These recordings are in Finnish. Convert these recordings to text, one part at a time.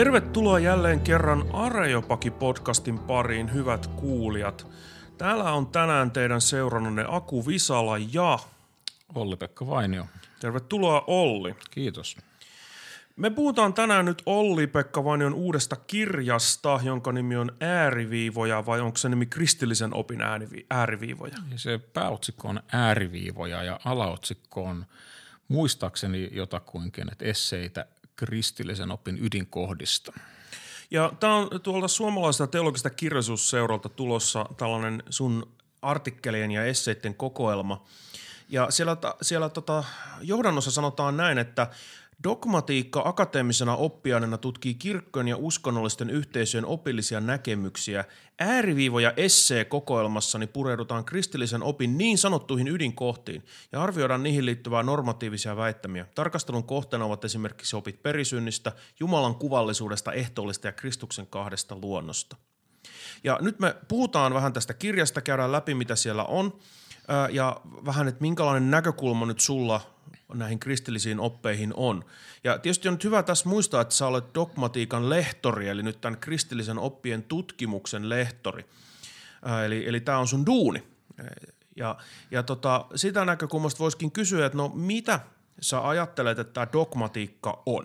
Tervetuloa jälleen kerran Areopagi-podcastin pariin, hyvät kuulijat. Täällä on tänään teidän seurannanne Aku Visala ja Olli-Pekka Vainio. Tervetuloa Olli. Kiitos. Me puhutaan tänään nyt Olli-Pekka Vainion uudesta kirjasta, jonka nimi on Ääriviivoja, vai onko se nimi Kristillisen opin ääriviivoja? Se pääotsikko on Ääriviivoja ja alaotsikko on muistaakseni jotakuinkin, että esseitä kristillisen opin ydinkohdista. Ja tämä on tuolta suomalaisesta teologisesta kirjallisuusseuralta tulossa tällainen sun artikkelien ja esseiden kokoelma. Ja siellä johdannossa sanotaan näin, että dogmatiikka akateemisena oppiaineena tutkii kirkkojen ja uskonnollisten yhteisöjen opillisia näkemyksiä. Ääriviivoja essee-kokoelmassani pureudutaan kristillisen opin niin sanottuihin ydinkohtiin ja arvioidaan niihin liittyvää normatiivisia väittämiä. Tarkastelun kohteena ovat esimerkiksi opit perisynnistä, Jumalan kuvallisuudesta, ehtoollista ja Kristuksen kahdesta luonnosta. Ja nyt me puhutaan vähän tästä kirjasta, käydään läpi mitä siellä on ja vähän, että minkälainen näkökulma nyt sulla näihin kristillisiin oppeihin on. Ja tietysti on nyt hyvä tässä muistaa, että sä olet dogmatiikan lehtori, eli nyt tämän kristillisen oppien tutkimuksen lehtori. Eli tämä on sun duuni. Ja sitä näkökulmasta voisikin kysyä, että no mitä sä ajattelet, että tämä dogmatiikka on?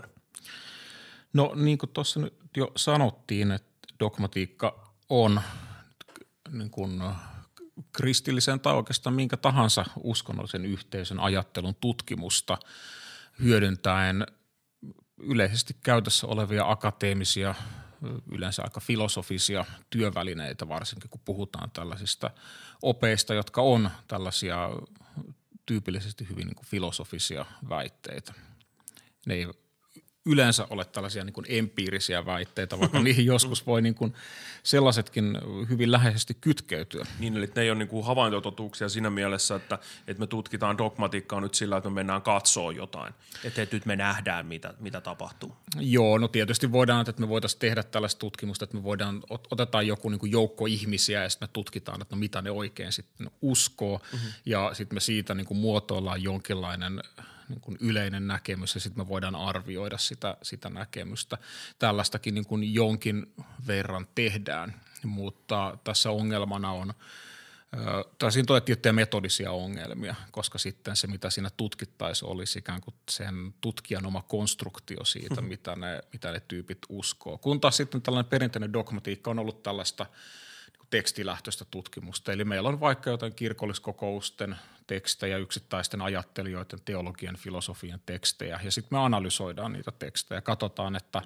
No niin kuin tuossa nyt jo sanottiin, että dogmatiikka on niin kuin kristillisen tai oikeastaan minkä tahansa uskonnollisen yhteisön ajattelun tutkimusta hyödyntäen yleisesti käytössä olevia akateemisia, yleensä aika filosofisia työvälineitä, varsinkin kun puhutaan tällaisista opeista, jotka on tällaisia tyypillisesti hyvin niin kuin filosofisia väitteitä. Ne ei yleensä ole tällaisia niin kuin empiirisiä väitteitä, vaikka niihin joskus voi niin kuin sellaisetkin hyvin läheisesti kytkeytyä. Niin, eli ne ei ole niin kuin havaintototuuksia siinä mielessä, että me tutkitaan dogmatiikkaa nyt sillä, että me mennään katsoa jotain. Että nyt me nähdään, mitä tapahtuu. Joo, no tietysti voidaan, että me voitaisiin tehdä tällaista tutkimusta, että me voidaan, otetaan joku niin kuin joukko ihmisiä ja sitten me tutkitaan, että no mitä ne oikein sitten uskoo. Ja sitten me siitä niin kuin muotoillaan jonkinlainen niin kuin yleinen näkemys ja sitten me voidaan arvioida sitä näkemystä. Tällaistakin niin kuin jonkin verran tehdään, mutta tässä ongelmana on, tai siinä tulee tiettyjä metodisia ongelmia, koska sitten se, mitä siinä tutkittaisiin, olisi ikään kuin sen tutkijan oma konstruktio siitä, mitä ne tyypit uskoo. Kun taas sitten tällainen perinteinen dogmatiikka on ollut tällaista tekstilähtöistä tutkimusta. Eli meillä on vaikka jotain kirkolliskokousten tekstejä, yksittäisten ajattelijoiden, teologian, filosofian tekstejä, ja sitten me analysoidaan niitä tekstejä, katsotaan, että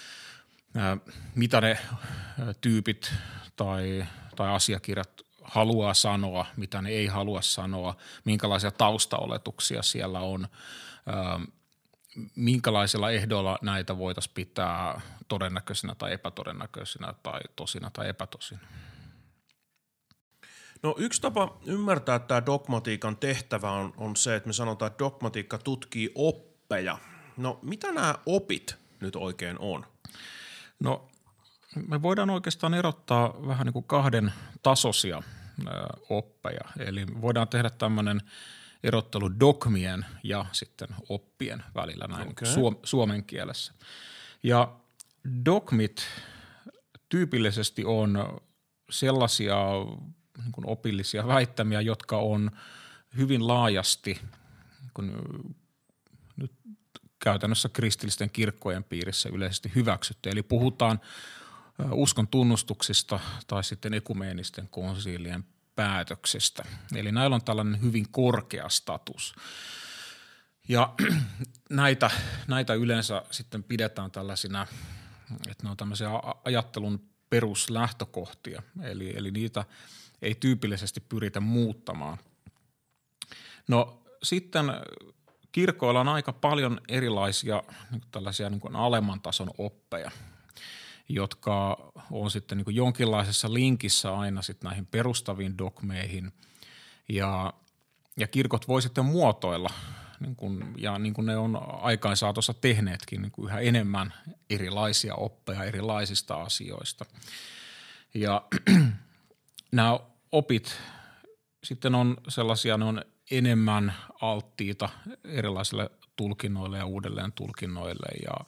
mitä ne tyypit tai asiakirjat haluaa sanoa, mitä ne ei halua sanoa, minkälaisia taustaoletuksia siellä on, minkälaisilla ehdoilla näitä voitaisiin pitää todennäköisinä tai epätodennäköisinä tai tosina tai epätosina. No yksi tapa ymmärtää, että tämä dogmatiikan tehtävä on se, että me sanotaan, että dogmatiikka tutkii oppeja. No mitä nämä opit nyt oikein on? No me voidaan oikeastaan erottaa vähän niin kuin kahden tasoisia oppeja. Eli voidaan tehdä tämmöinen erottelu dogmien ja sitten oppien välillä näin suomen kielessä. Ja dogmit tyypillisesti on sellaisia niin kuin opillisia väittämiä, jotka on hyvin laajasti kun nyt käytännössä kristillisten kirkkojen piirissä yleisesti hyväksytty. Eli puhutaan uskon tunnustuksista tai sitten ekumeenisten konsiilien päätöksistä. Eli näillä on tällainen hyvin korkea status. Ja näitä yleensä sitten pidetään tällaisina, että ne on tämmöisiä ajattelun peruslähtökohtia, eli niitä ei tyypillisesti pyritä muuttamaan. No sitten kirkoilla on aika paljon erilaisia niin kuin tällaisia niin kuin alemman tason oppeja, jotka on sitten niin kuin jonkinlaisessa linkissä aina sitten näihin perustaviin dogmeihin ja kirkot voi sitten muotoilla niin kuin, ja niin kuin ne on aikaansaatossa tehneetkin niin kuin yhä enemmän erilaisia oppeja erilaisista asioista. Ja nämä opit sitten on sellaisia, ne on enemmän alttiita erilaisille tulkinnoille ja uudelleen tulkinnoille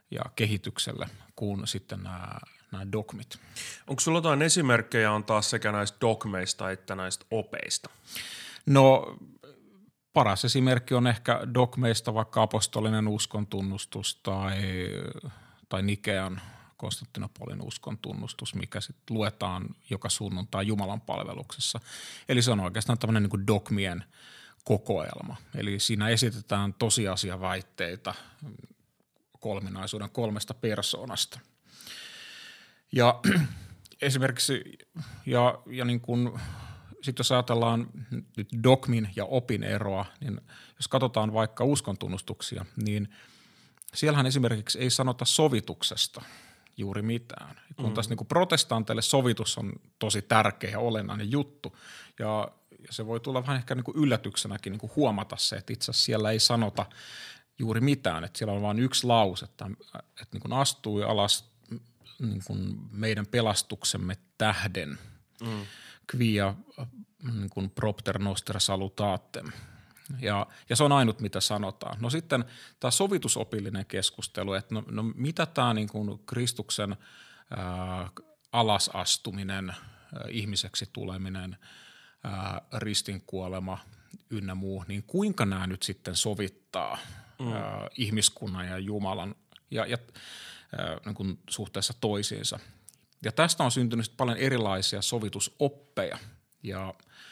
ja kehitykselle kuin sitten nämä dogmit. Onko sulla jotain esimerkkejä antaa sekä näistä dogmeista että näistä opeista? No paras esimerkki on ehkä dogmeista vaikka apostolinen uskontunnustus tai Nikean Konstantinopolin uskontunnustus, mikä sitten luetaan joka sunnuntai Jumalan palveluksessa. Eli se on oikeastaan tämmöinen niin kuin dogmien kokoelma. Eli siinä esitetään tosiasiaväitteitä kolminaisuuden 3 persoonasta. Ja esimerkiksi, ja niin kuin, sitten jos ajatellaan nyt dogmin ja opin eroa, niin jos katsotaan vaikka uskontunnustuksia, niin siellähän esimerkiksi ei sanota sovituksesta juuri mitään. Kun taas niin kuin protestanteille sovitus on tosi tärkeä ja olennainen juttu, ja se voi tulla vähän ehkä niin kuin yllätyksenäkin niin kuin huomata se, että itse asiassa siellä ei sanota juuri mitään, että siellä on vain yksi lause, että niin kuin astui alas niin kuin meidän pelastuksemme tähden, quia niin kuin propter noster salutatem. Ja se on ainut, mitä sanotaan. No sitten tämä sovitusopillinen keskustelu, että no mitä tämä niin kuin Kristuksen alasastuminen, ihmiseksi tuleminen, ristinkuolema ynnä muu, niin kuinka nämä nyt sitten sovittaa ihmiskunnan ja Jumalan ja niin kuin suhteessa toisiinsa. Ja tästä on syntynyt paljon erilaisia sovitusoppeja ja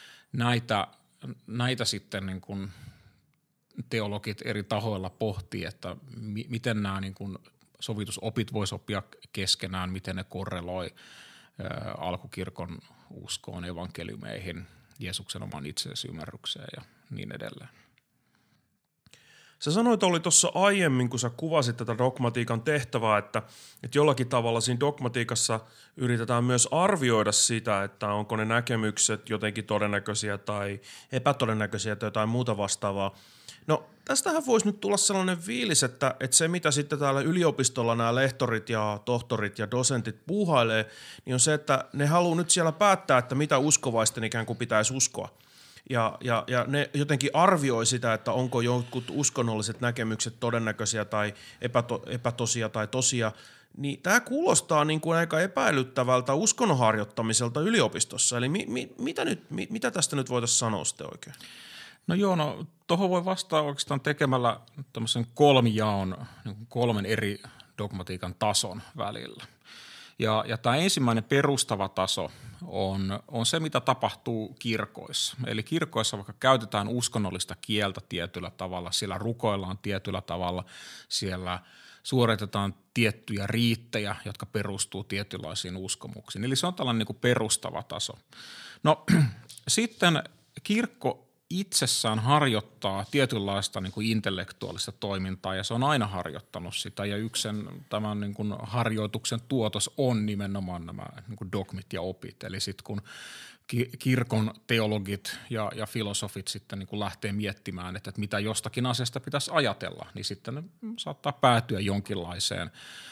näitä sitten niin kuin teologit eri tahoilla pohtii, että miten nämä niin kuin sovitusopit voi sopia keskenään, miten ne korreloi alkukirkon uskoon, evankeliumeihin, Jeesuksen oman itseesymmärrykseen ja niin edelleen. Sä sanoit, oli tuossa aiemmin, kun sä kuvasit tätä dogmatiikan tehtävää, että jollakin tavalla siinä dogmatiikassa yritetään myös arvioida sitä, että onko ne näkemykset jotenkin todennäköisiä tai epätodennäköisiä tai jotain muuta vastaavaa. No tästähän voisi nyt tulla sellainen fiilis, että se mitä sitten täällä yliopistolla nämä lehtorit ja tohtorit ja dosentit puuhailee, niin on se, että ne haluaa nyt siellä päättää, että mitä uskovaisten ikään kuin pitäisi uskoa. Ja ne jotenkin arvioi sitä, että onko jotkut uskonnolliset näkemykset todennäköisiä tai epätosia tai tosia, niin tämä kuulostaa niin kuin aika epäilyttävältä uskonnon harjoittamiselta yliopistossa. Eli mitä tästä nyt voitaisiin sanoa sitten oikein? No joo, no tuohon voi vastata oikeastaan tekemällä tämmöisen kolmijaon, niin 3 eri dogmatiikan tason välillä. Ja tämä ensimmäinen perustava taso on se, mitä tapahtuu kirkoissa. Eli kirkoissa vaikka käytetään uskonnollista kieltä tietyllä tavalla, siellä rukoillaan tietyllä tavalla, siellä suoritetaan tiettyjä riittejä, jotka perustuu tietynlaisiin uskomuksiin. Eli se on tällainen niin kuin perustava taso. No sitten kirkko itsessään harjoittaa tietynlaista niin kuin intellektuaalista toimintaa ja se on aina harjoittanut sitä ja tämän niin kuin harjoituksen tuotos on nimenomaan nämä niin kuin dogmit ja opit. Eli sitten kun kirkon teologit ja filosofit sitten niin kuin lähtee miettimään, että mitä jostakin asiasta pitäisi ajatella, niin sitten ne saattaa päätyä jonkinlaiseen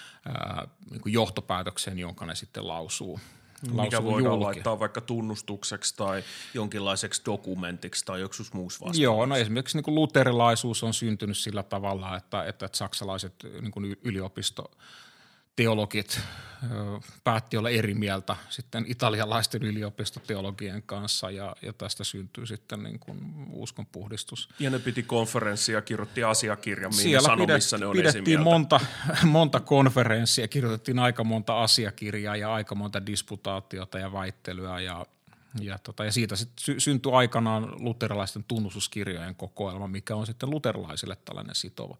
niin kuin johtopäätökseen, jonka ne sitten lausuu. Mikä voidaan laittaa vaikka tunnustukseksi tai jonkinlaiseksi dokumentiksi tai joksikin muuksi vastaavaksi. Joo, no esimerkiksi niin kuin luterilaisuus on syntynyt sillä tavalla, että saksalaiset niin kuin yliopistoteologit päätti olla eri mieltä sitten italialaisten yliopistoteologien kanssa ja tästä syntyy sitten niin kuin uskonpuhdistus. Ja ne piti konferenssia ja kirjoitti asiakirjan, minne sanoi, missä ne on pidettiin monta konferenssia, kirjoitettiin aika monta asiakirjaa ja aika monta disputaatiota ja väittelyä ja siitä sitten syntyi aikanaan luterilaisten tunnustuskirjojen kokoelma, mikä on sitten luterilaisille tällainen sitova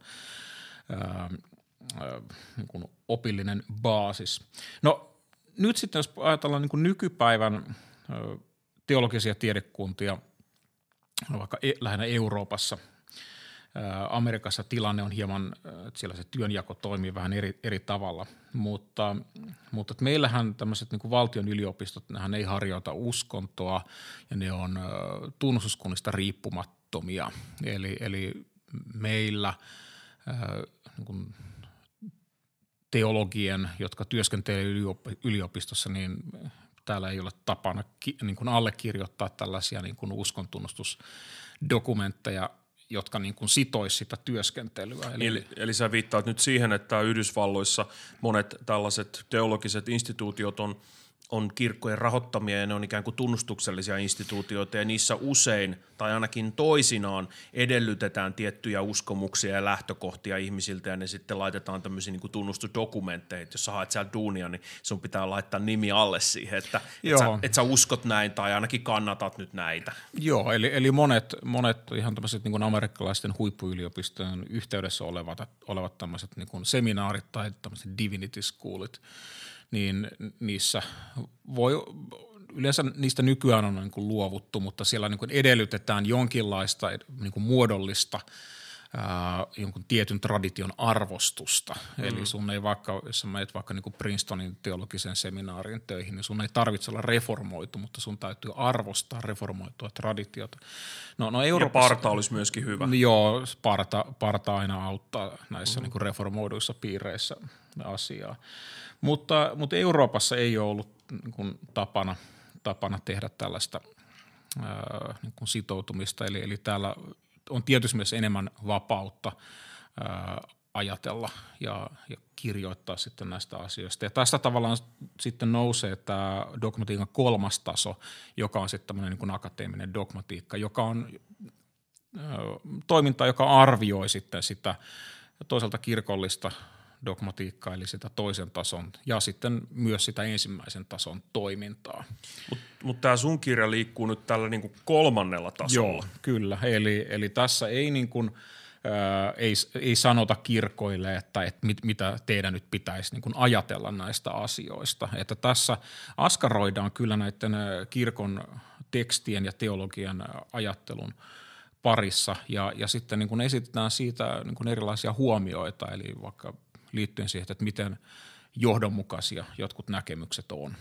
niin kuin opillinen baasis. No nyt sitten jos ajatellaan niin kuin nykypäivän teologisia tiedekuntia, vaikka lähinnä Euroopassa, Amerikassa tilanne on hieman, että siellä se työnjako toimii vähän eri tavalla, mutta meillähän tämmöiset niin kuin valtion yliopistot, nehän ei harjoita uskontoa ja ne on tunnustuskunnista riippumattomia, eli meillä niin kuin teologien, jotka työskentelevät yliopistossa, niin täällä ei ole tapana niin kuin allekirjoittaa tällaisia niin kuin uskontunnustusdokumentteja. jotka niin kuin sitoisi sitä työskentelyä. Eli sä viittaat nyt siihen, että Yhdysvalloissa monet tällaiset teologiset instituutiot on kirkkojen rahoittamia ja ne on ikään kuin tunnustuksellisia instituutioita ja niissä usein tai ainakin toisinaan edellytetään tiettyjä uskomuksia ja lähtökohtia ihmisiltä ja ne sitten laitetaan tämmöisiin niin kuin tunnustusdokumentteihin, että jos sä haet siellä duunia, niin sun pitää laittaa nimi alle siihen, että et sä uskot näin tai ainakin kannatat nyt näitä. Joo, eli monet ihan tämmöiset niin kuin amerikkalaisten huippuyliopistojen yhteydessä olevat tämmöiset niin kuin seminaarit tai tämmöiset divinity schoolit, niin niissä yleensä niistä nykyään on niin kuin luovuttu, mutta siellä niin kuin edellytetään jonkinlaista niin kuin muodollista jonkun tietyn tradition arvostusta. Eli sun ei vaikka, jos sä menet vaikka niin kuin Princetonin teologisen seminaarin töihin, niin sun ei tarvitse olla reformoitu, mutta sun täytyy arvostaa reformoitua traditiota. No Euroopassa, ja parta olisi myöskin hyvä. Joo, parta aina auttaa näissä niin kuin reformoiduissa piireissä asiaa. Mutta Euroopassa ei ole ollut niin kuin tapana tehdä tällaista niin kuin sitoutumista, eli täällä on tietysti myös enemmän vapautta ajatella ja kirjoittaa sitten näistä asioista. Ja tästä tavallaan sitten nousee tämä dogmatiikan 3. taso, joka on sitten tämmöinen niin kuin akateeminen dogmatiikka, joka on toiminta, joka arvioi sitten sitä toisaalta kirkollista dogmatiikkaa, eli sitä toisen tason ja sitten myös sitä ensimmäisen tason toimintaa. Mutta tämä sun kirja liikkuu nyt tällä niin kuin 3. tasolla. Joo, kyllä. Eli tässä ei, niin kuin, ei sanota kirkoille, että mitä teidän nyt pitäisi niin kuin ajatella näistä asioista. Että tässä askaroidaan kyllä näiden kirkon tekstien ja teologian ajattelun parissa ja sitten niin kuin esitetään siitä niin kuin erilaisia huomioita, eli vaikka liittyen siihen, että miten johdonmukaisia jotkut näkemykset on.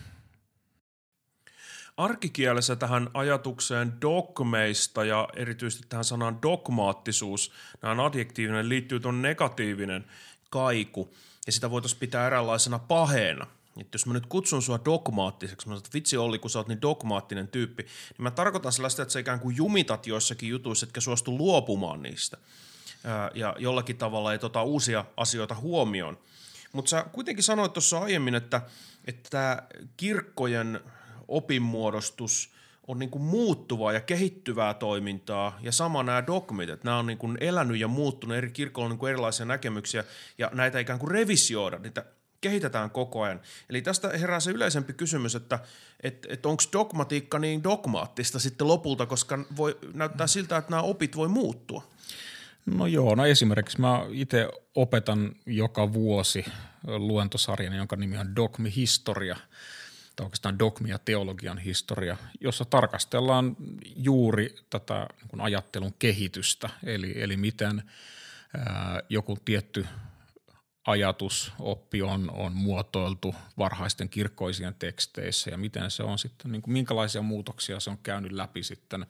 Arkikielessä tähän ajatukseen dogmeista ja erityisesti tähän sanaan dogmaattisuus, nämä adjektiivinen liittyy tuon negatiivinen kaiku ja sitä voitaisiin pitää eräänlaisena paheena. Että jos mä nyt kutsun sua dogmaattiseksi, mä sanon, että vitsi Olli, kun sä oot niin dogmaattinen tyyppi, niin mä tarkoitan sellaista, että sä ikään kuin jumitat joissakin jutuissa, etkä suostu luopumaan niistä. Ja jollakin tavalla ei uusia asioita huomioon. Mutta sä kuitenkin sanoit tuossa aiemmin, että tämä kirkkojen opinmuodostus on niinku muuttuvaa ja kehittyvää toimintaa ja sama nämä dogmit, että nämä on niinku elänyt ja muuttunut, eri kirkoilla on niinku erilaisia näkemyksiä ja näitä ikään kuin revisioida, niitä kehitetään koko ajan. Eli tästä herää se yleisempi kysymys, että onko dogmatiikka niin dogmaattista sitten lopulta, koska voi näyttää siltä, että nämä opit voi muuttua. No joo, no esimerkiksi mä itse opetan joka vuosi luentosarjan, jonka nimi on Dogmi-historia, tai oikeastaan dogmi- ja teologian historia, jossa tarkastellaan juuri tätä niin kuin ajattelun kehitystä, eli miten joku tietty ajatusoppi on muotoiltu varhaisten kirkkoisien teksteissä ja miten se on sitten, niin kuin minkälaisia muutoksia se on käynyt läpi sitten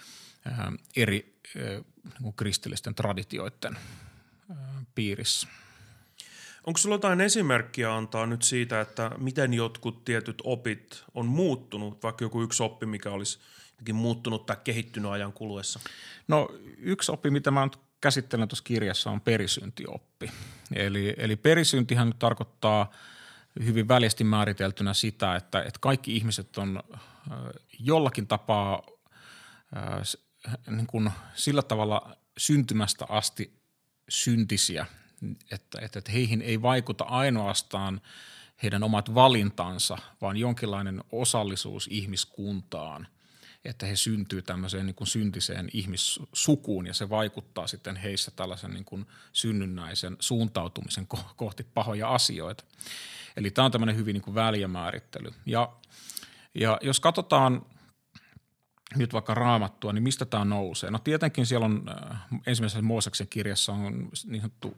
eri niin kristillisten traditioiden piirissä. Onko sulla jotain esimerkkiä antaa nyt siitä, että miten jotkut tietyt opit on muuttunut, vaikka joku yksi oppi, mikä olisi muuttunut tai kehittynyt ajan kuluessa? No yksi oppi, mitä mä käsittelen tuossa kirjassa, on perisyntioppi. Eli perisyntihän nyt tarkoittaa hyvin väljästi määriteltynä sitä, että kaikki ihmiset on jollakin tapaa niin kuin sillä tavalla syntymästä asti syntisiä, että heihin ei vaikuta ainoastaan heidän omat valintansa, vaan jonkinlainen osallisuus ihmiskuntaan, että he syntyy tämmöiseen niin kuin syntiseen ihmissukuun ja se vaikuttaa sitten heissä tällaisen niin kuin synnynnäisen suuntautumisen kohti pahoja asioita. Eli tämä on tämmöinen hyvin niin kuin väljä määrittely. Ja jos katsotaan nyt vaikka Raamattua, niin mistä tämä nousee? No tietenkin siellä on ensimmäisessä Mooseksen kirjassa on niin sanottu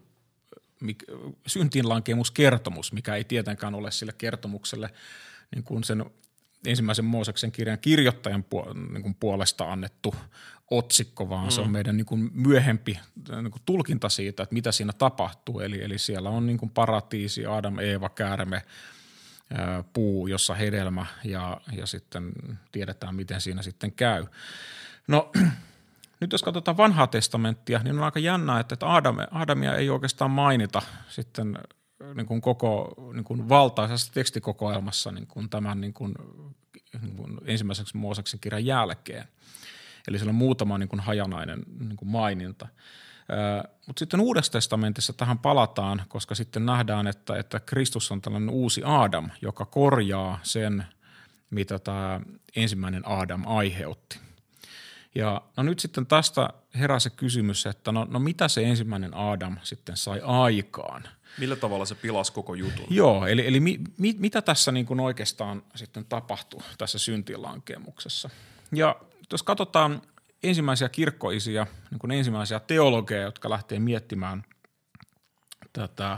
syntiinlankemuskertomus, mikä ei tietenkään ole sille kertomukselle niin kuin sen ensimmäisen Mooseksen kirjan kirjoittajan niin kuin puolesta annettu otsikko, vaan se on meidän niin kuin myöhempi niin kuin tulkinta siitä, että mitä siinä tapahtuu. Eli siellä on niin kuin paratiisi, Adam, Eeva, käärme, puu, jossa hedelmä ja sitten tiedetään, miten siinä sitten käy. No nyt jos katsotaan vanhaa testamenttia, niin on aika jännää, että Aadamia ei oikeastaan mainita sitten niin kuin koko niin kuin valtaisessa tekstikokoelmassa niin kuin tämän niin kuin ensimmäiseksi Mooseksen kirjan jälkeen. Eli siellä on muutama niin kuin hajanainen niin kuin maininta. Mutta sitten Uudessa testamentissa tähän palataan, koska sitten nähdään, että Kristus on tällainen uusi Aadam, joka korjaa sen, mitä tämä ensimmäinen Aadam aiheutti. Ja no nyt sitten tästä herää se kysymys, että no mitä se ensimmäinen Aadam sitten sai aikaan? Millä tavalla se pilasi koko jutun? Joo, eli mitä tässä niin kuin oikeastaan sitten tapahtui tässä syntilankemuksessa? Ja jos katsotaan ensimmäisiä kirkkoisia, niin kuin ensimmäisiä teologeja, jotka lähtee miettimään tätä,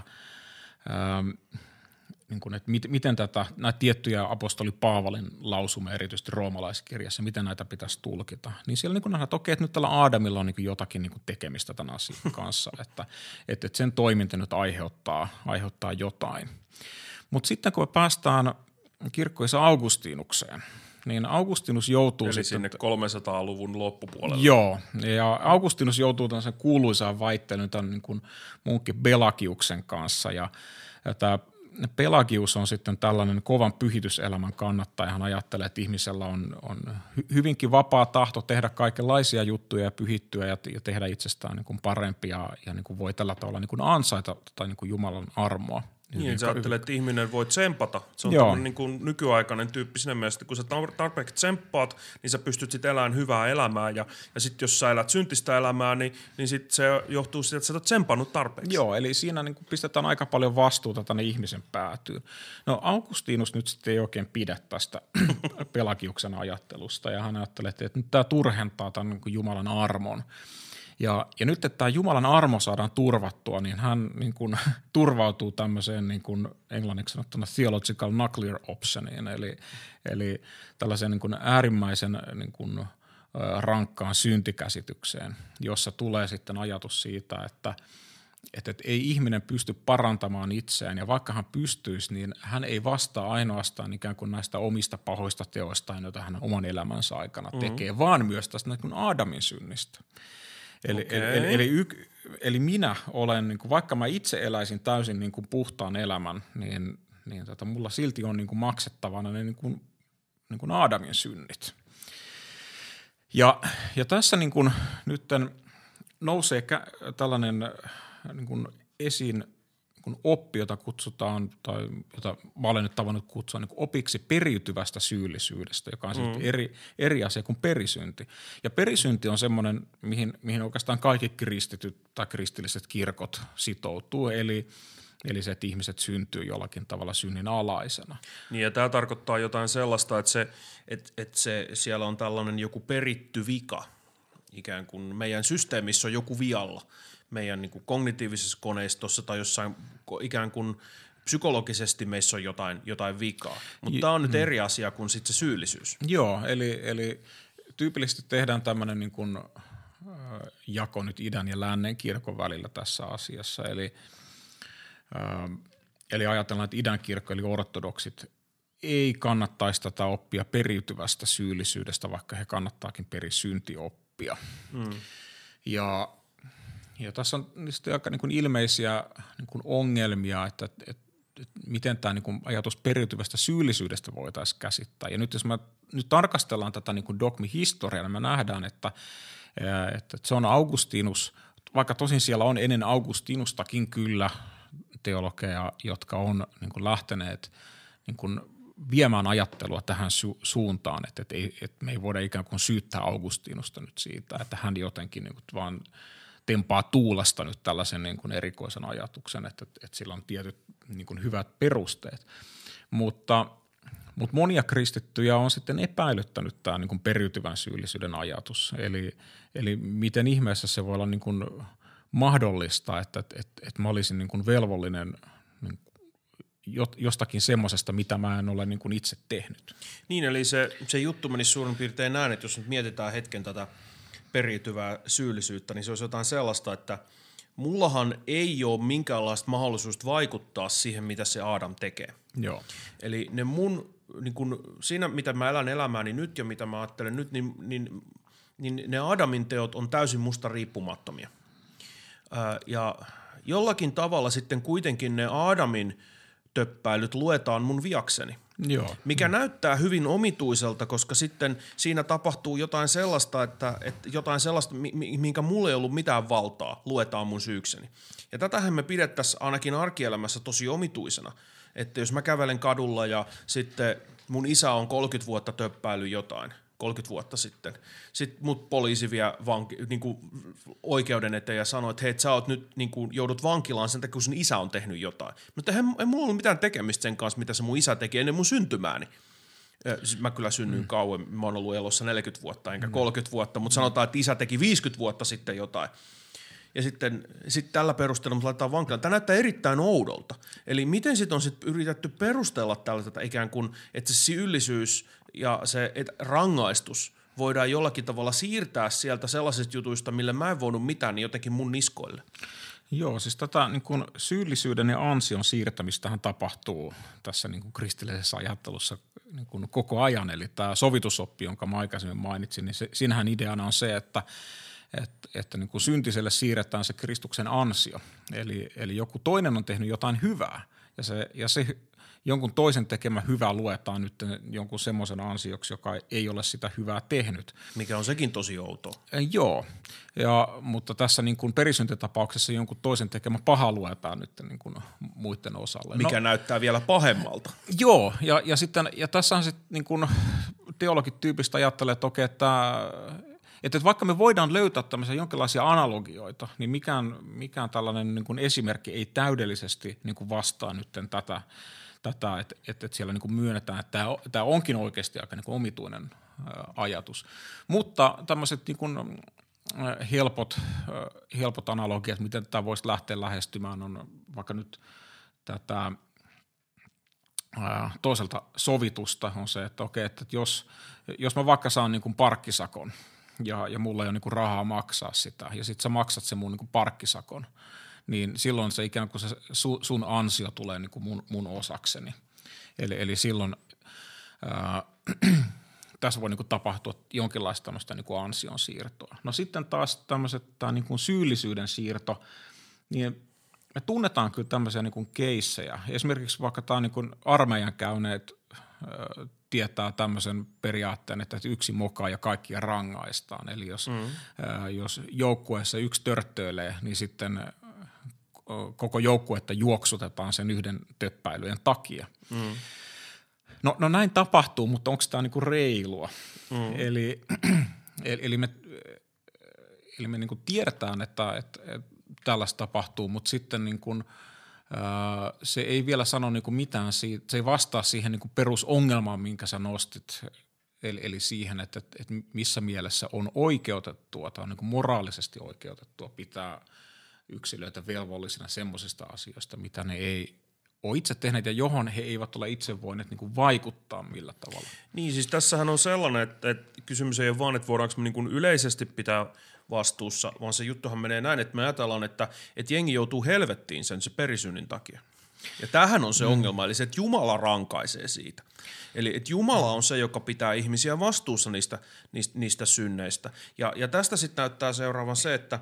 niin kuin, että miten näitä tiettyjä apostoli Paavalin lausumia, erityisesti roomalaiskirjassa, miten näitä pitäisi tulkita, niin siellä niin kuin nähdään, että okei, että nyt tällä Aadamilla on niin kuin jotakin niin kuin tekemistä tämän asian kanssa, että sen toiminta nyt aiheuttaa jotain. Mutta sitten kun me päästään kirkkoisa Augustinukseen, niin Augustinus joutuu eli sinne 300-luvun loppupuolelle. Joo, ja Augustinus joutuu tämmöisen kuuluisaan väittelyyn tämän niin kuin munkki Pelagiuksen kanssa, ja tämä Pelagius on sitten tällainen kovan pyhityselämän kannattaja. Hän ajattelee, että ihmisellä on hyvinkin vapaa tahto tehdä kaikenlaisia juttuja ja pyhittyä ja tehdä itsestään niin kuin parempia ja niin kuin voi tällä tavalla niin kuin ansaita tai niin kuin Jumalan armoa. Niin, sä ajattelet, että ihminen voi tsempata. Se on tämmöinen niin kuin nykyaikainen tyyppi siinä mielessä, että kun sä tarpeeksi tsemppaat, niin sä pystyt sitten elämään hyvää elämää. Ja sitten jos sä elät syntistä elämää, niin sit se johtuu siitä, että sä oot tsempannut tarpeeksi. Joo, eli siinä niin kuin pistetään aika paljon vastuuta tänne ihmisen päätyyn. No Augustinus nyt sitten ei oikein pidä tästä Pelagiuksen ajattelusta, ja hän ajattelee, että nyt tämä turhentaa tämän niin kuin Jumalan armon. Ja nyt, että tämä Jumalan armo saadaan turvattua, niin hän niin kuin turvautuu tämmöiseen niin kuin englanniksi sanottuna theological nuclear optioniin, eli tällaiseen niin kuin äärimmäisen niin kuin rankkaan syntikäsitykseen, jossa tulee sitten ajatus siitä, että ei ihminen pysty parantamaan itseään, ja vaikka hän pystyisi, niin hän ei vastaa ainoastaan ikään kuin näistä omista pahoista teoistaan, joita hän oman elämänsä aikana tekee, vaan myös tästä niin kuin Aadamin synnistä. Eli minä olen, niin kuin, vaikka mä itse eläisin täysin niin kuin puhtaan elämän, niin mulla silti on niin kuin maksettavana ne niin kuin Aadamin synnit. Ja tässä niin kuin nyt nousee tällainen niin kuin esiin niin oppi, jota kutsutaan, tai jota mä olen nyt tavannut kutsua niin opiksi periytyvästä syyllisyydestä, joka on sitten eri asia kuin perisynti. Ja perisynti on semmoinen, mihin oikeastaan kaikki kristityt tai kristilliset kirkot sitoutuu, eli se, että ihmiset syntyy jollakin tavalla synnin alaisena. Niin, ja tämä tarkoittaa jotain sellaista, että siellä on tällainen joku peritty vika, ikään kuin meidän systeemissä on joku vialla. Meidän niin kuin kognitiivisessa koneistossa tai jossain ikään kuin psykologisesti meissä on jotain vikaa. Mutta tämä on nyt eri asia kuin sitten se syyllisyys. Joo, eli tyypillisesti tehdään tämmöinen niin kuin jako nyt idän ja lännen kirkon välillä tässä asiassa. Eli ajatellaan, että idän kirkko eli ortodoksit ei kannattaisi tätä oppia periytyvästä syyllisyydestä, vaikka he kannattaakin perisyntioppia. Ja tässä on aika niin kuin ilmeisiä niin kuin ongelmia, että miten tämä niin kuin ajatus periytyvästä syyllisyydestä voitaisiin käsittää. Ja nyt jos me nyt tarkastellaan tätä niin kuin dogmihistoriaa, niin me nähdään, että se on Augustinus, vaikka tosin siellä on ennen Augustinustakin kyllä teologeja, jotka on niin kuin lähteneet niin kuin viemään ajattelua tähän suuntaan, että me ei voida ikään kuin syyttää Augustinusta nyt siitä, että hän jotenkin niin kuin vaan tempaa tuulesta nyt tällaisen niin kuin erikoisen ajatuksen, että sillä on tietyt niin kuin hyvät perusteet. Mutta monia kristittyjä on sitten epäilyttänyt tämä niin kuin periytyvän syyllisyyden ajatus. Eli miten ihmeessä se voi olla niin kuin mahdollista, että mä olisin niin kuin velvollinen niin jostakin semmoisesta, mitä mä en ole niin kuin itse tehnyt. Niin, eli se juttu menisi suurin piirtein näin, että jos nyt mietitään hetken tätä periytyvää syyllisyyttä, niin se olisi jotain sellaista, että mullahan ei ole minkäänlaista mahdollisuutta vaikuttaa siihen, mitä se Aadam tekee. Joo. Eli ne mun, niin kun, siinä mitä mä elän elämääni nyt ja mitä mä ajattelen nyt, niin niin ne Aadamin teot on täysin musta riippumattomia. Ja jollakin tavalla sitten kuitenkin ne Aadamin töppäilyt luetaan mun viakseni. Joo. Mikä näyttää hyvin omituiselta, koska sitten siinä tapahtuu jotain sellaista, että jotain sellaista, minkä mulla ei ollut mitään valtaa, luetaan mun syykseni. Ja tätähän me pidettäisiin ainakin arkielämässä tosi omituisena, että jos mä kävelen kadulla ja sitten mun isä on 30 vuotta töppäily jotain, 30 vuotta sitten. Sitten mut poliisi vie oikeuden eteen ja sanoo, että hei, sä oot nyt joudut vankilaan sen takia, kun sun isä on tehnyt jotain. Mutta ei mulla ollut mitään tekemistä sen kanssa, mitä se mun isä teki ennen mun syntymääni. Siis mä kyllä synnyin kauan, mä oon ollut elossa 40 vuotta enkä 30 vuotta, mutta sanotaan, että isä teki 50 vuotta sitten jotain. Ja sitten tällä perusteella mut laitetaan vankilaan. Tämä näyttää erittäin oudolta. Eli miten sitten on sitten yritetty perustella tällaista ikään kuin, että se syyllisyys ja se rangaistus voidaan jollakin tavalla siirtää sieltä sellaisista jutuista, mille mä en voinut mitään, niin jotenkin mun niskoille. Joo, siis tätä niin kuin syyllisyyden ja ansion siirtämistähän tapahtuu tässä niin kuin kristillisessä ajattelussa niin kuin koko ajan. Eli tämä sovitusoppi, jonka mä aikaisemmin mainitsin, niin siinähän ideana on se, että niin kuin syntiselle siirretään se Kristuksen ansio. Eli joku toinen on tehnyt jotain hyvää ja se jonkun toisen tekemä hyvä luetaan nyt jonkun semmoisen ansioksi, joka ei ole sitä hyvää tehnyt. Mikä on sekin tosi outoa. Joo, mutta tässä niin kuin perisyntitapauksessa jonkun toisen tekemä paha luetaan nyt niin kuin muiden osalle. Mikä näyttää vielä pahemmalta. Joo, ja tässä on sitten niin kuin teologit tyypistä ajattelee, että okei, että vaikka me voidaan löytää tämmöisiä jonkinlaisia analogioita, niin mikään tällainen niin kuin esimerkki ei täydellisesti niin kuin vastaa nyt tätä että siellä niin kuin myönnetään, että tämä onkin oikeasti aika niin kuin omituinen ajatus. Mutta tämmöiset niin kuin helpot analogiat, miten tämä voisi lähteä lähestymään, on vaikka nyt tätä toiselta sovitusta on se, että okei, että jos mä vaikka saan niin kuin parkkisakon ja mulla ei ole niin kuin rahaa maksaa sitä ja sitten sä maksat sen mun niin kuin parkkisakon, niin silloin se ikään kuin se sun ansio tulee niin kuin mun osakseni. Eli silloin tässä voi niin kuin tapahtua jonkinlaista tämmöistä niin kuin ansion siirtoa. No sitten taas tämä niin kuin syyllisyyden siirto, niin me tunnetaan kyllä tämmöisiä niin kuin keissejä. Esimerkiksi vaikka tämä niin kuin armeijan käyneet tietää tämmöisen periaatteen, että yksi mokaa ja kaikkia rangaistaan. Eli jos joukkueessa yksi törttöilee, niin sitten koko joukkuetta juoksutetaan sen yhden töppäilyjen takia. No näin tapahtuu, mutta onko tämä niinku reilua? Eli me niinku tiedetään, että tällaista tapahtuu, mutta sitten niinku, se ei vielä sano niinku mitään siitä, se ei vastaa siihen niinku perusongelmaan, minkä sä nostit, eli siihen, että missä mielessä on oikeutettua tai on niinku moraalisesti oikeutettua pitää yksilöitä velvollisina semmoisista asioista, mitä ne ei ole itse tehneet ja johon he eivät ole itse voineet niin kuin vaikuttaa millä tavalla. Niin, siis tässähän on sellainen, että kysymys ei ole vaan, että voidaanko me niin kuin yleisesti pitää vastuussa, vaan se juttuhan menee näin, että me ajatellaan, että jengi joutuu helvettiin se perisynnin takia. Ja tämähän on se ongelma, eli se, että Jumala rankaisee siitä. Eli että Jumala on se, joka pitää ihmisiä vastuussa niistä synneistä. Ja tästä sitten näyttää seuraavan se, että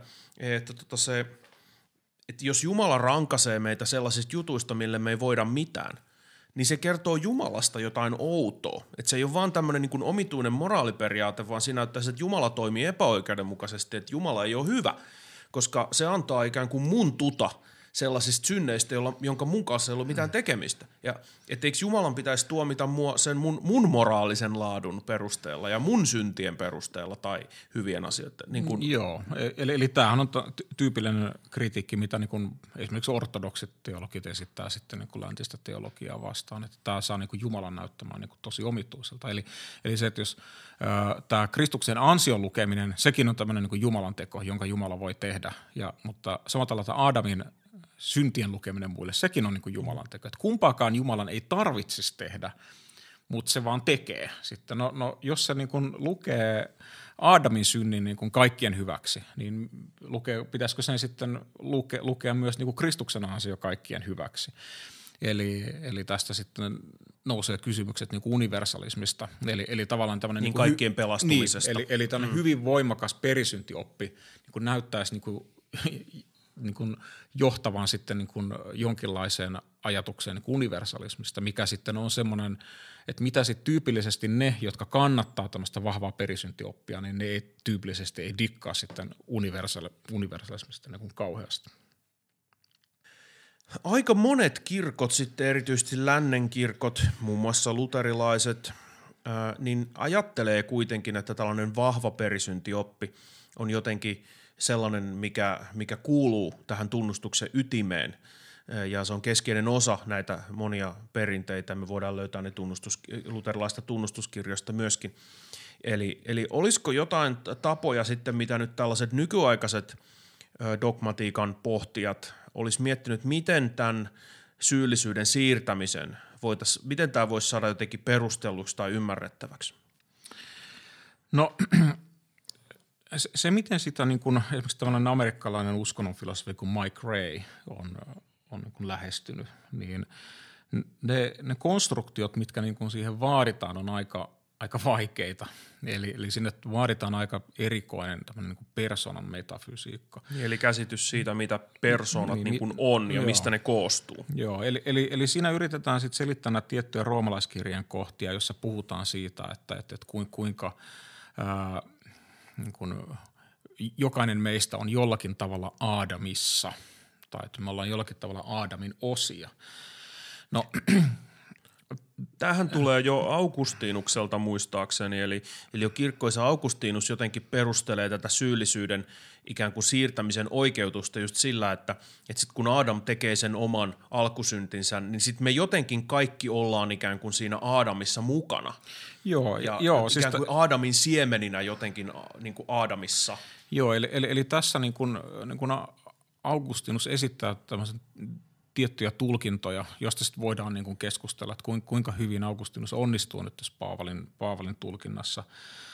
jos Jumala rankaisee meitä sellaisista jutuista, mille me ei voida mitään, niin se kertoo Jumalasta jotain outoa. Että se ei ole vaan tämmöinen niin kuin omituinen moraaliperiaate, vaan siinä näyttää, että Jumala toimii epäoikeudenmukaisesti, että Jumala ei ole hyvä, koska se antaa ikään kuin mun tuta sellaisista synneistä, jonka mun kanssa ei ollut mitään tekemistä. Ja että eikö Jumalan pitäisi tuomita mua sen mun moraalisen laadun perusteella ja mun syntien perusteella tai hyvien asioiden. Niin kun... Joo, eli tämähän on tyypillinen kritiikki, mitä niin kun esimerkiksi ortodoksit teologit esittää sitten niin kun läntistä teologiaa vastaan, että tämä saa niin kun Jumalan näyttämään niin kun tosi omituiselta. Eli se, että jos tämä Kristuksen ansion lukeminen, sekin on tämmöinen niin kun Jumalan teko, jonka Jumala voi tehdä, mutta samalla tavalla Aadamin syntien lukeminen muille, sekin on niin kuin Jumalan teko. Että kumpaakaan Jumalan ei tarvitsisi tehdä, mutta se vaan tekee. Sitten jos se niin kuin lukee Aadamin synnin niin kuin kaikkien hyväksi, niin pitäisikö sen sitten lukea myös niin kuin Kristuksen ansio kaikkien hyväksi? Eli tästä sitten nousee kysymykset niin kuin universalismista, eli tavallaan tämmöinen niin kaikkien pelastumisesta. Niin, eli tämmöinen hyvin voimakas perisyntioppi niin kuin näyttäisi niin kuin johtavan sitten niin kuin jonkinlaiseen ajatukseen niin kuin universalismista, mikä sitten on semmoinen, että mitä sitten tyypillisesti ne, jotka kannattaa tämmöistä vahvaa perisynttioppia, niin ne ei tyypillisesti ei dikkaa sitten universalismista niin kuin kauheasti. Aika monet kirkot sitten, erityisesti lännen kirkot, muun muassa luterilaiset, niin ajattelee kuitenkin, että tällainen vahva perisyntioppi on jotenkin sellainen, mikä kuuluu tähän tunnustuksen ytimeen, ja se on keskeinen osa näitä monia perinteitä. Me voidaan löytää ne luterilaista tunnustuskirjoista myöskin. Eli olisiko jotain tapoja sitten, mitä nyt tällaiset nykyaikaiset dogmatiikan pohtijat olisi miettinyt, miten tämän syyllisyyden siirtämisen miten tämä voisi saada jotenkin perustelluksi tai ymmärrettäväksi? No se miten sitä niin kuin, esimerkiksi tällainen amerikkalainen uskonnonfilosofi kuin Mike Ray on niin kuin lähestynyt, niin ne konstruktiot, mitkä niin kuin siihen vaaditaan, on aika vaikeita. Eli sinne vaaditaan aika erikoinen tämmöinen niin kuin persoonan metafysiikka. Eli käsitys siitä, mitä persoonat niin kuin on ja mistä ne koostuu. Joo, eli siinä yritetään sitten selittää näitä tiettyjä roomalaiskirjan kohtia, jossa puhutaan siitä, että kuinka niin kun jokainen meistä on jollakin tavalla Aadamissa, tai että me ollaan jollakin tavalla Aadamin osia. No, tämähän tulee jo Augustinukselta muistaakseni, eli jo kirkkoisa Augustinus jotenkin perustelee tätä syyllisyyden ikään kuin siirtämisen oikeutusta just sillä, että sitten kun Aadam tekee sen oman alkusyntinsä, niin sitten me jotenkin kaikki ollaan ikään kuin siinä Aadamissa mukana. Joo, ikään siis kuin Aadamin siemeninä jotenkin niin kuin Aadamissa. Joo, eli tässä niin kuin Augustinus esittää tämmöisen tiettyjä tulkintoja, joista sitten voidaan niin kuin keskustella, että kuinka hyvin Augustinus onnistuu nyt tässä Paavalin tulkinnassa.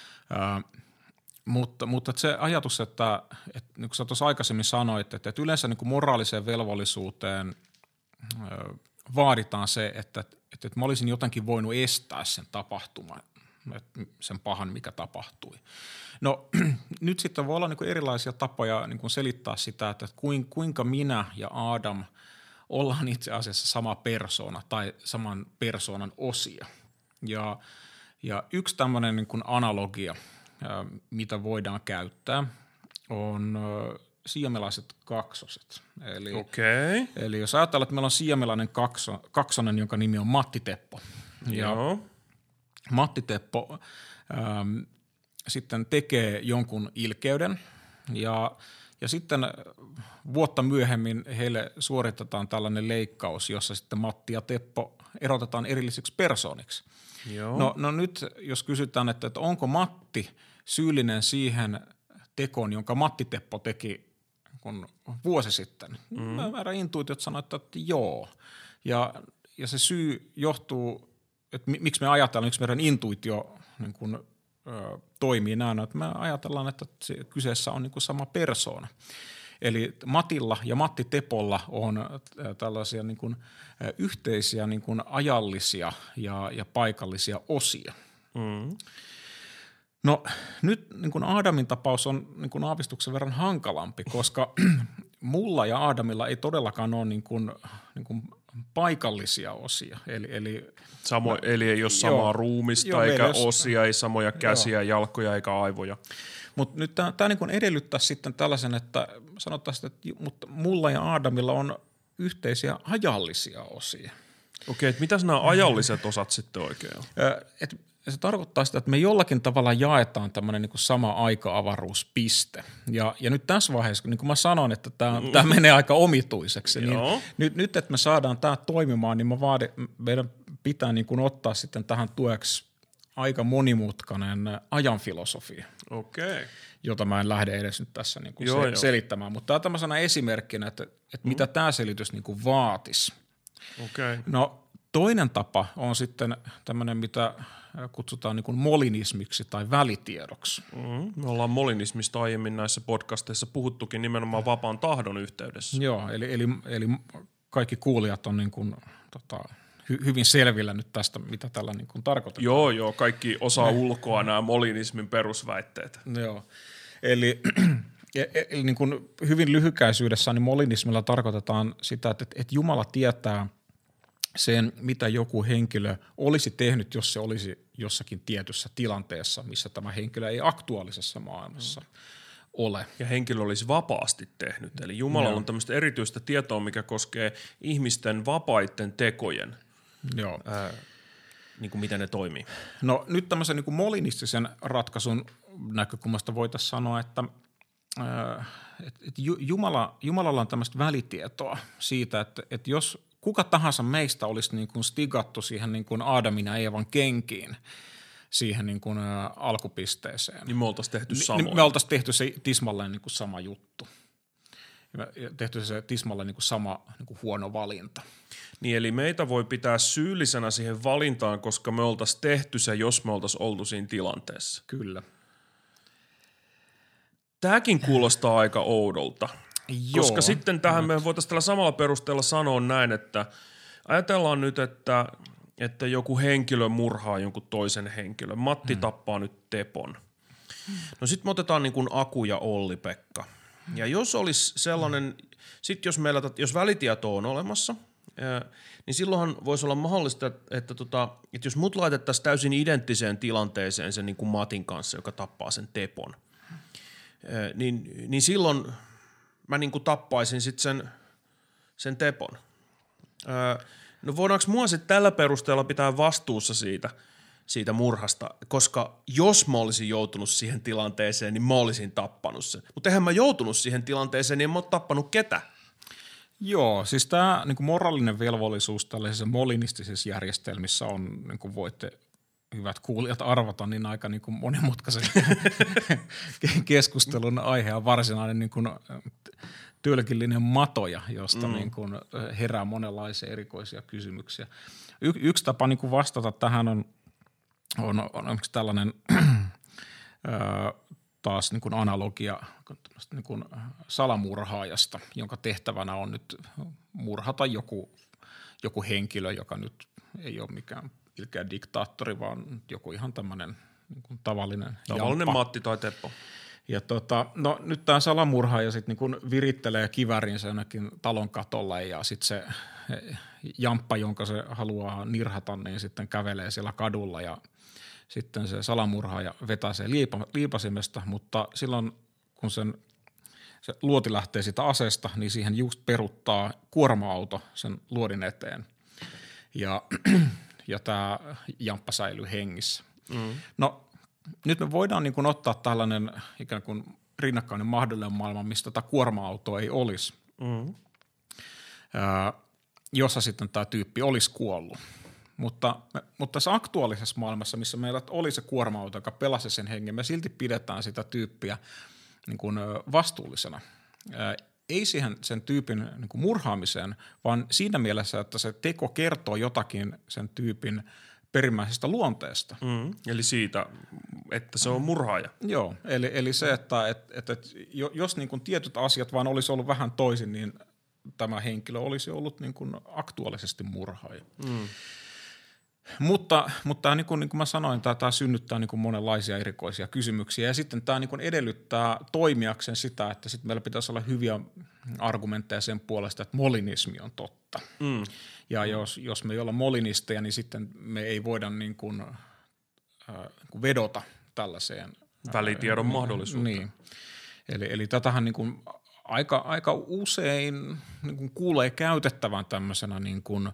Mutta se ajatus, että niin kuin sä tuossa aikaisemmin sanoit, että yleensä niin kuin moraaliseen velvollisuuteen vaaditaan se, että mä olisin jotenkin voinut estää sen tapahtuman, sen pahan, mikä tapahtui. No nyt sitten voi olla niin kuin erilaisia tapoja niin kuin selittää sitä, että kuinka minä ja Aadam ollaan itse asiassa sama persoona tai saman persoonan osia. Ja yksi tämmöinen niin kuin analogia, mitä voidaan käyttää, on siemelaiset kaksoset. Eli jos ajatellaan, että meillä on siemelainen kaksonen, jonka nimi on Matti Teppo. Ja Matti Teppo sitten tekee jonkun ilkeyden ja sitten vuotta myöhemmin heille suoritetaan tällainen leikkaus, jossa sitten Matti ja Teppo erotetaan erillisiksi persooniksi. No nyt jos kysytään, että onko Matti syyllinen siihen tekoon, jonka Matti Teppo teki vuosi sitten, määrä intuitiot sanoo, että joo. Ja se syy johtuu, että miksi me ajatellaan, miksi meidän intuitio niin kuin toimii näin, että me ajatellaan, että kyseessä on niin kuin sama persoona. Eli Matilla ja Matti Tepolla on tällaisia niin kuin yhteisiä niin kuin ajallisia ja paikallisia osia. No nyt niin kuin Aadamin tapaus on niin kuin aavistuksen verran hankalampi, koska mulla ja Aadamilla ei todellakaan ole niin kuin paikallisia osia. Eli ei ole samaa ruumista eikä osia, ei samoja käsiä, jalkoja eikä aivoja. Mutta nyt tämä niin edellyttää sitten tällaisen, että sanottaisiin, että mutta mulla ja Aadamilla on yhteisiä ajallisia osia. Okei, että mitäs nämä ajalliset osat sitten oikein on? Se tarkoittaa sitä, että me jollakin tavalla jaetaan tämmöinen niin kuin sama aika-avaruuspiste. Ja nyt tässä vaiheessa, niin kuin mä sanoin, että tämä menee aika omituiseksi, niin nyt että me saadaan tämä toimimaan, niin meidän pitää niin kuin ottaa sitten tähän tueksi aika monimutkainen ajanfilosofia. Okei. Jota mä en lähde edes nyt tässä niin kuin selittämään. Mutta tämä on tämmöisenä esimerkkinä, että mitä tämä selitys niin kuin vaatisi. Okei. No toinen tapa on sitten tämmöinen, mitä kutsutaan niin kuin molinismiksi tai välitiedoksi. Me ollaan molinismista aiemmin näissä podcasteissa puhuttukin nimenomaan vapaan tahdon yhteydessä. Joo, eli kaikki kuulijat on niin kuin, hyvin selvillä nyt tästä, mitä tällä niin kuin tarkoitetaan. Joo, kaikki osaa ulkoa nämä molinismin perusväitteet. Joo, eli niin kuin hyvin lyhykäisyydessä niin molinismilla tarkoitetaan sitä, että Jumala tietää sen, mitä joku henkilö olisi tehnyt, jos se olisi jossakin tietyssä tilanteessa, missä tämä henkilö ei aktuaalisessa maailmassa ole. Ja henkilö olisi vapaasti tehnyt. Eli Jumalalla on tämmöistä erityistä tietoa, mikä koskee ihmisten vapaiden tekojen, niin kuin miten ne toimii. No nyt tämmöisen niin kuin molinistisen ratkaisun näkökulmasta voitaisiin sanoa, että Jumalalla on tämmöistä välitietoa siitä, että jos kuka tahansa meistä olisi niin kuin stigattu siihen niin kuin Aadamin ja Eevan kenkiin, siihen niin kuin alkupisteeseen. Niin me oltaisiin tehty samoin. Me oltaisiin tehty se tismalleen niin kuin sama juttu. Ja tehty se tismalleen niin kuin sama niin kuin huono valinta. Niin eli meitä voi pitää syyllisenä siihen valintaan, koska me oltaisiin tehty se, jos me oltaisiin oltu siinä tilanteessa. Kyllä. Tämäkin kuulostaa aika oudolta. Joo. Koska sitten tähän me voitaisiin tällä samalla perusteella sanoa näin, että ajatellaan nyt, että joku henkilö murhaa jonkun toisen henkilön. Matti tappaa nyt Tepon. No sitten me otetaan niin kuin Aku ja Olli-Pekka. Ja jos olisi sellainen, sitten jos välitieto on olemassa, niin silloinhan voisi olla mahdollista, että jos mut laitettaisiin täysin identtiseen tilanteeseen sen niin kuin Matin kanssa, joka tappaa sen Tepon, niin silloin mä niin kuin tappaisin sitten sen Tepon. No voidaanko mua sitten tällä perusteella pitää vastuussa siitä murhasta, koska jos mä olisin joutunut siihen tilanteeseen, niin mä olisin tappanut sen. Mutta eihän mä joutunut siihen tilanteeseen, niin en mä ole tappanut ketä. Joo, siis tämä niin kuin moraalinen velvollisuus tällaisissa molinistisissa järjestelmissä on, niin kuin voitte hyvät kuulijat arvata, niin aika niin kuin monimutkaisen keskustelun aihe on varsinainen niin kuin tölkillinen matoja, josta niin kuin herää monenlaisia erikoisia kysymyksiä. Yksi tapa niin kuin vastata tähän on tällainen taas niin kuin analogia niin kuin salamurhaajasta, jonka tehtävänä on nyt murhata joku henkilö, joka nyt ei ole mikään ilkeä diktaattori, vaan joku ihan tämmöinen niin kuin tavallinen Matti tai Teppo. Ja no nyt tämä salamurhaaja sitten niin virittelee kiväärinsä jonnekin talon katolle ja sitten se jamppa, jonka se haluaa nirhata, niin sitten kävelee siellä kadulla ja sitten se salamurhaaja vetää sen liipasimesta, mutta silloin kun se luoti lähtee siitä aseesta, niin siihen just peruttaa kuorma-auto sen luodin eteen ja tämä jamppa säilyy hengissä. No nyt me voidaan niin kuin ottaa tällainen ikään kuin rinnakkainen mahdollinen maailma, mistä tätä kuorma-autoa ei olisi, jossa sitten tämä tyyppi olisi kuollut. Mutta tässä aktuaalisessa maailmassa, missä meillä oli se kuorma-auto, joka pelasi sen hengen, me silti pidetään sitä tyyppiä niin kuin vastuullisena. Ei siihen sen tyypin niin kuin murhaamiseen, vaan siinä mielessä, että se teko kertoo jotakin sen tyypin perimmäisestä luonteesta. Eli siitä, että se on murhaaja. Joo, eli se, että jos niin kuin tietyt asiat vaan olisi ollut vähän toisin, niin tämä henkilö olisi ollut niin kuin aktuaalisesti murhaaja. Mutta niin kuin mä sanoin, tämä synnyttää niin kuin monenlaisia erikoisia kysymyksiä ja sitten tämä niin kuin edellyttää toimijakseen sitä, että sitten meillä pitäisi olla hyviä argumentteja sen puolesta, että molinismi on totta. Ja jos me ei olla molinisteja, niin sitten me ei voida niin kuin vedota tällaiseen välitiedon mahdollisuuteen. Niin. Eli tätähän niin kuin aika usein niin kuin kuulee käytettävän tämmöisenä niin kuin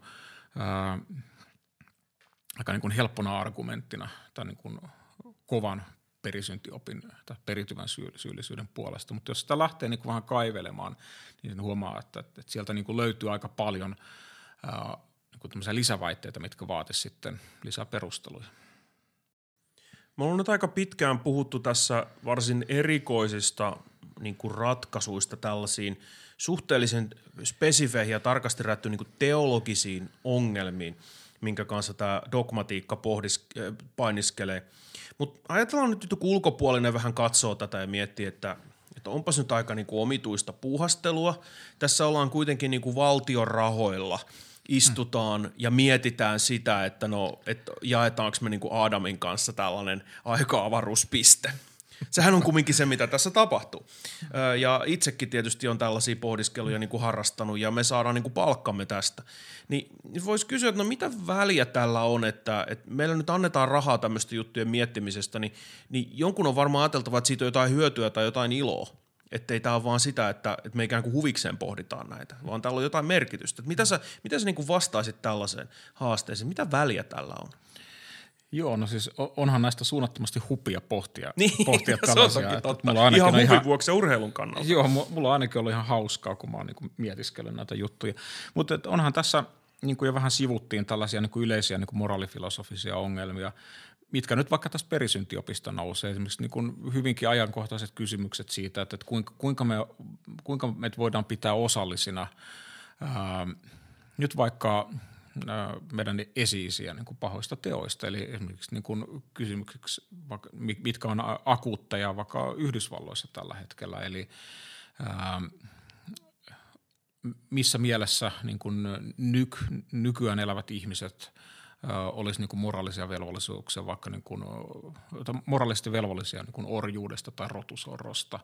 aika niin kuin helppona argumenttina tai niin kuin kovan perisyntiopin tai perityvän syyllisyyden puolesta. Mutta jos sitä lähtee niin kuin vähän kaivelemaan, niin huomaa, että sieltä niin kuin löytyy aika paljon niin kuin tämmöisiä lisäväitteitä, mitkä vaatisivat sitten lisää perusteluja. Me ollaan nyt aika pitkään puhuttu tässä varsin erikoisista niin kuin ratkaisuista tällaisiin suhteellisen spesifeihin ja tarkasti räätty niin kuin teologisiin ongelmiin, minkä kanssa tämä dogmatiikka painiskelee. Mutta ajatellaan nyt, että ulkopuolinen vähän katsoo tätä ja miettii, että onpas nyt aika niin kuin omituista puuhastelua. Tässä ollaan kuitenkin niin kuin valtion rahoilla istutaan ja mietitään sitä, että että jaetaanko me niin kuin Aadamin kanssa tällainen aika-avaruuspiste. Sehän on kumminkin se, mitä tässä tapahtuu. Ja itsekin tietysti on tällaisia pohdiskeluja niin kuin harrastanut ja me saadaan niin kuin palkkamme tästä. Niin voisi kysyä, että mitä väliä tällä on, että meillä nyt annetaan rahaa tämmöistä juttujen miettimisestä, niin jonkun on varmaan ajateltava, että siitä on jotain hyötyä tai jotain iloa. Että ei tämä ole vaan sitä, että me ikään kuin huvikseen pohditaan näitä, vaan täällä on jotain merkitystä. Että mitä sä niin kuin vastaisit tällaiseen haasteeseen? Mitä väliä tällä on? Joo, no siis onhan näistä suunnattomasti hupia pohtia tällaisia. Se on ihan huvin vuoksi urheilun kannalta. Joo, mulla on ainakin ollut ihan hauskaa, kun mä oon niin mietiskellyt näitä juttuja. Mutta onhan tässä, niin kuin jo vähän sivuttiin, tällaisia niin kuin yleisiä niin kuin moraalifilosofisia ongelmia, mitkä nyt vaikka tästä perisyntioppista nousee. Esimerkiksi niin kuin hyvinkin ajankohtaiset kysymykset siitä, että kuinka me voidaan pitää osallisina nyt vaikka meidän esi-isiä niin kuin pahoista teoista. Eli esimerkiksi niin kuin kysymyksiksi, mitkä on akuutteja vaikka Yhdysvalloissa tällä hetkellä. Eli missä mielessä niin kuin nykyään elävät ihmiset olisi niin kuin moraalisia velvollisuuksia, vaikka niin kuin, moraalisesti velvollisia niin kuin orjuudesta tai rotusorrosta,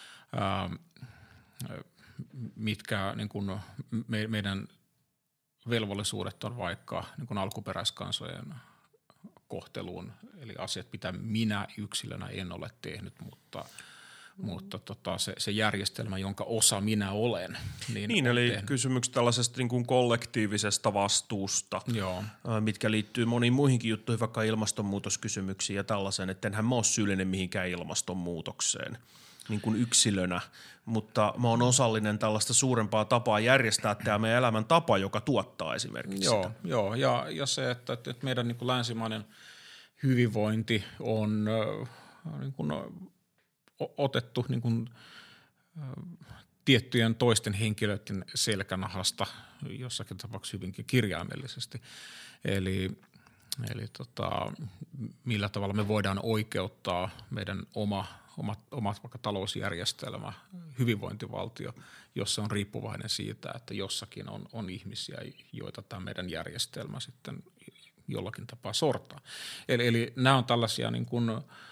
mitkä niin kuin meidän velvollisuudet on vaikka niin kuin alkuperäiskansojen kohteluun, eli asiat, mitä minä yksilönä en ole tehnyt, mutta se järjestelmä, jonka osa minä olen. Niin eli tehnyt. Kysymykset tällaisesta niin kuin kollektiivisesta vastuusta, joo, mitkä liittyy moniin muihinkin juttuihin, vaikka ilmastonmuutoskysymyksiin ja tällaiseen, että enhän mä ole syyllinen mihinkään ilmastonmuutokseen niin kuin yksilönä, mutta mä oon osallinen tällaista suurempaa tapaa järjestää tämä meidän elämän tapa, joka tuottaa esimerkiksi sitä. Joo, ja se, että meidän niin kuin länsimainen hyvinvointi on niin kuin otettu niin kuin tiettyjen toisten henkilöiden selkänahasta jossakin tapauksessa hyvinkin kirjaimellisesti. Eli millä tavalla me voidaan oikeuttaa meidän omat vaikka talousjärjestelmä, hyvinvointivaltio, jossa on riippuvainen siitä, että jossakin on ihmisiä, joita tämä meidän järjestelmä sitten jollakin tapaa sortaa. Eli nämä on tällaisia niin kuin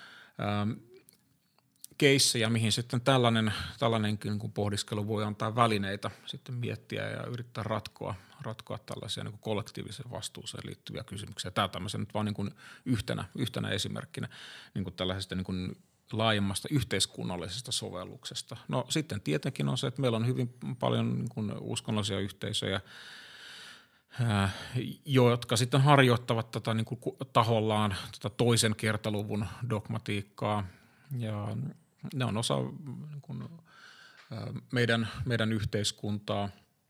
keissejä, mihin sitten tällainenkin niin kuin pohdiskelu voi antaa välineitä sitten miettiä ja yrittää ratkoa tällaisia niin kuin kollektiiviseen vastuuseen liittyviä kysymyksiä. Tämä on tämmöisen nyt vaan niin kuin yhtenä esimerkkinä niin kuin tällaisesta niin kuin laajemmasta yhteiskunnallisesta sovelluksesta. No sitten tietenkin on se, että meillä on hyvin paljon niin kuin uskonnollisia yhteisöjä, jotka sitten harjoittavat tätä niin kuin tahollaan tätä toisen kertaluvun dogmatiikkaa, ja ne on osa niin kuin meidän yhteiskuntaa,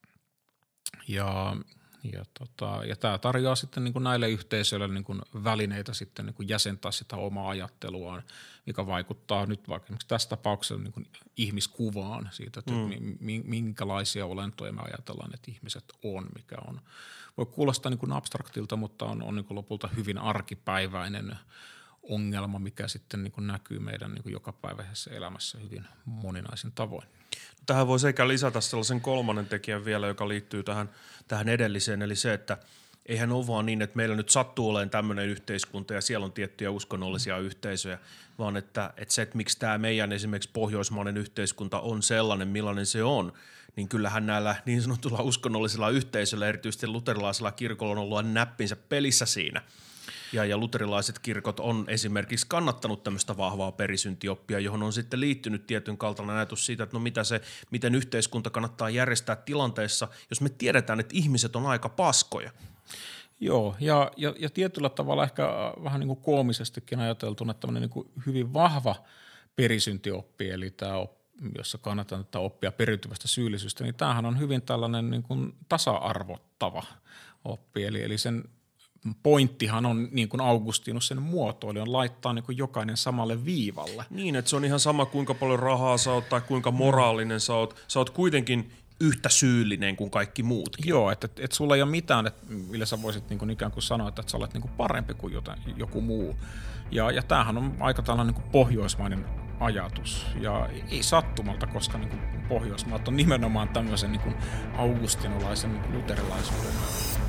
ja tämä tarjoaa sitten niin kuin näille yhteisöille niin kuin välineitä sitten niin kuin jäsentää sitä omaa ajatteluaan, mikä vaikuttaa nyt vaikka esimerkiksi tässä tapauksessa niin kuin ihmiskuvaan siitä, että minkälaisia olentoja me ajatellaan, että ihmiset on, mikä on. Voi kuulostaa niin kuin abstraktilta, mutta on niin kuin lopulta hyvin arkipäiväinen ongelma, mikä sitten niin kuin näkyy meidän niin kuin jokapäiväisessä elämässä hyvin moninaisin tavoin. Tähän voi sekä lisätä sellaisen kolmannen tekijän vielä, joka liittyy tähän edelliseen, eli se, että eihän ole vaan niin, että meillä nyt sattuu olemaan tämmöinen yhteiskunta ja siellä on tiettyjä uskonnollisia yhteisöjä, vaan että se, että miksi tämä meidän esimerkiksi pohjoismainen yhteiskunta on sellainen, millainen se on, niin kyllähän näillä niin sanotulla uskonnollisilla yhteisöillä, erityisesti luterilaisella kirkolla on ollut näppinsä pelissä siinä. Ja luterilaiset kirkot on esimerkiksi kannattanut tämmöistä vahvaa perisyntioppia, johon on sitten liittynyt tietyn kaltainen ajatus siitä, että miten yhteiskunta kannattaa järjestää tilanteessa, jos me tiedetään, että ihmiset on aika paskoja. Joo, ja tietyllä tavalla ehkä vähän niin kuin koomisestikin ajateltuna, että tämmöinen niin kuin hyvin vahva perisyntioppi, eli tämä jossa kannataan tätä oppia periytyvästä syyllisyystä, niin tämähän on hyvin tällainen niin kuin tasa-arvottava oppi, eli sen pointtihan on, niin kuin Augustinus sen muotoili, on laittaa niin kuin jokainen samalle viivalle. Niin, että se on ihan sama, kuinka paljon rahaa sä oot tai kuinka moraalinen sä oot. Sä oot kuitenkin yhtä syyllinen kuin kaikki muutkin. Joo, että sulla ei ole mitään, millä sä voisit niin kuin ikään kuin sanoa, että sä olet niin kuin parempi kuin joku muu. Ja tämähän on aika tällainen niin kuin pohjoismainen ajatus. Ja ei sattumalta, koska niin kuin Pohjoismaat on nimenomaan tämmöisen niin kuin augustinolaisen luterilaisuuden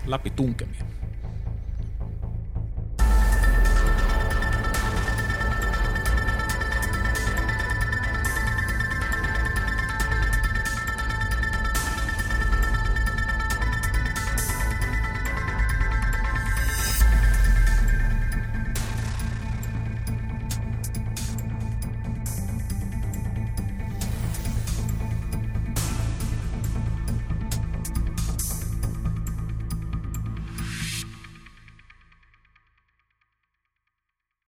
läpi tunkemia.